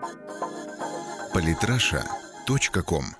Политраша.ком.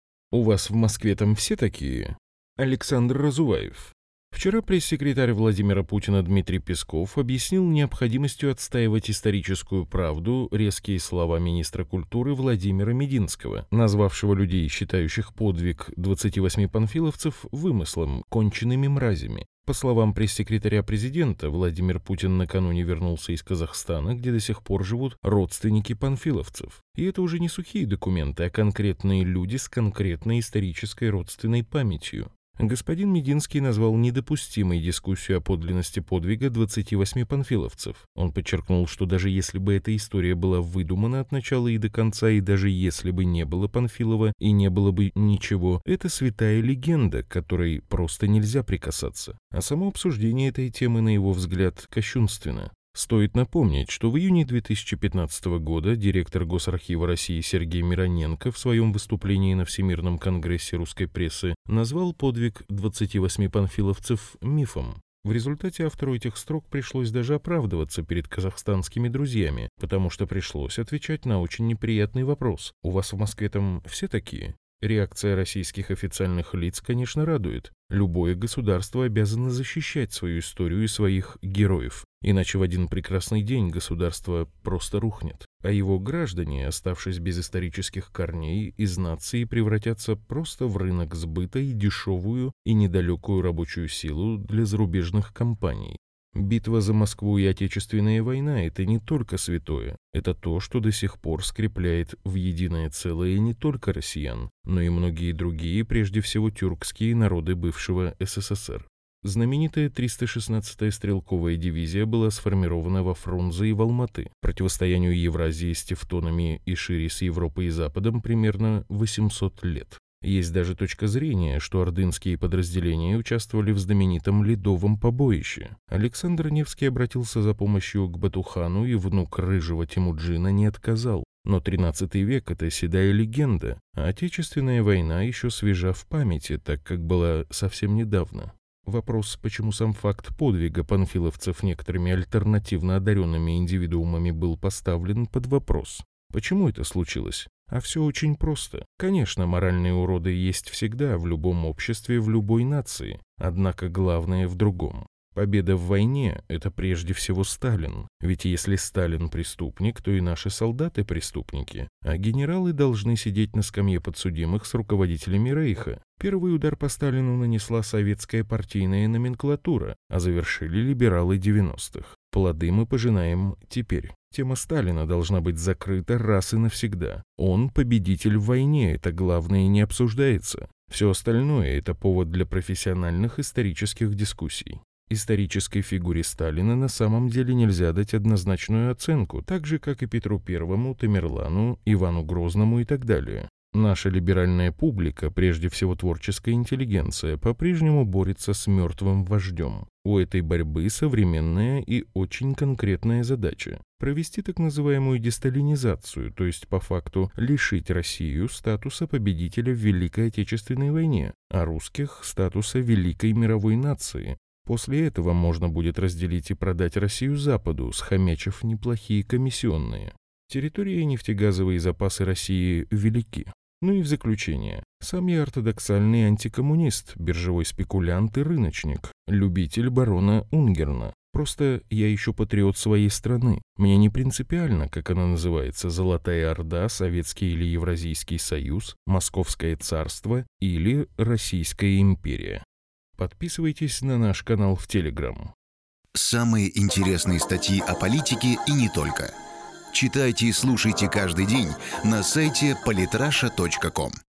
У вас в Москве там все такие? Александр Разуваев. Вчера пресс-секретарь Владимира Путина Дмитрий Песков объяснил необходимостью отстаивать историческую правду резкие слова министра культуры Владимира Мединского, назвавшего людей, считающих подвиг 28 панфиловцев, вымыслом, конченными мразями. По словам пресс-секретаря президента, Владимир Путин накануне вернулся из Казахстана, где до сих пор живут родственники панфиловцев. И это уже не сухие документы, а конкретные люди с конкретной исторической родственной памятью. Господин Мединский назвал недопустимой дискуссию о подлинности подвига 28 панфиловцев. Он подчеркнул, что даже если бы эта история была выдумана от начала и до конца, и даже если бы не было Панфилова и не было бы ничего, это святая легенда, к которой просто нельзя прикасаться. А само обсуждение этой темы, на его взгляд, кощунственно. Стоит напомнить, что в июне 2015 года директор Госархива России Сергей Мироненко в своем выступлении на Всемирном конгрессе русской прессы назвал подвиг 28 панфиловцев мифом. В результате автору этих строк пришлось даже оправдываться перед казахстанскими друзьями, потому что пришлось отвечать на очень неприятный вопрос. «У вас в Москве там все такие?» Реакция российских официальных лиц, конечно, радует. Любое государство обязано защищать свою историю и своих героев. Иначе в один прекрасный день государство просто рухнет. А его граждане, оставшись без исторических корней, из нации превратятся просто в рынок сбыта и дешевую и недалекую рабочую силу для зарубежных компаний. Битва за Москву и Отечественная война – это не только святое. Это то, что до сих пор скрепляет в единое целое не только россиян, но и многие другие, прежде всего тюркские народы бывшего СССР. Знаменитая 316-я стрелковая дивизия была сформирована во Фрунзе и в Алматы. Противостоянию Евразии с тевтонами и шире с Европой и Западом примерно 800 лет. Есть даже точка зрения, что ордынские подразделения участвовали в знаменитом Ледовом побоище. Александр Невский обратился за помощью к Батухану, и внук рыжего Темуджина не отказал. Но 13 век – это седая легенда, а Отечественная война еще свежа в памяти, так как была совсем недавно. Вопрос, почему сам факт подвига панфиловцев некоторыми альтернативно одаренными индивидуумами был поставлен под вопрос. Почему это случилось? А все очень просто. Конечно, моральные уроды есть всегда, в любом обществе, в любой нации. Однако главное в другом. Победа в войне – это прежде всего Сталин. Ведь если Сталин преступник, то и наши солдаты преступники. А генералы должны сидеть на скамье подсудимых с руководителями Рейха. Первый удар по Сталину нанесла советская партийная номенклатура, а завершили либералы 90-х. Плоды мы пожинаем теперь. Тема Сталина должна быть закрыта раз и навсегда. Он победитель в войне, это главное не обсуждается. Все остальное – это повод для профессиональных исторических дискуссий. Исторической фигуре Сталина на самом деле нельзя дать однозначную оценку, так же, как и Петру Первому, Тамерлану, Ивану Грозному и так далее. Наша либеральная публика, прежде всего творческая интеллигенция, по-прежнему борется с мертвым вождем. У этой борьбы современная и очень конкретная задача – провести так называемую десталинизацию, то есть по факту лишить Россию статуса победителя в Великой Отечественной войне, а русских – статуса великой мировой нации. После этого можно будет разделить и продать Россию Западу, схомячив неплохие комиссионные. Территория и нефтегазовые запасы России велики. Ну и в заключение. Сам я ортодоксальный антикоммунист, биржевой спекулянт и рыночник, любитель барона Унгерна. Просто я еще патриот своей страны. Мне не принципиально, как она называется, Золотая Орда, Советский или Евразийский Союз, Московское царство или Российская империя. Подписывайтесь на наш канал в Телеграм. Самые интересные статьи о политике и не только. Читайте и слушайте каждый день на сайте politrasha.com.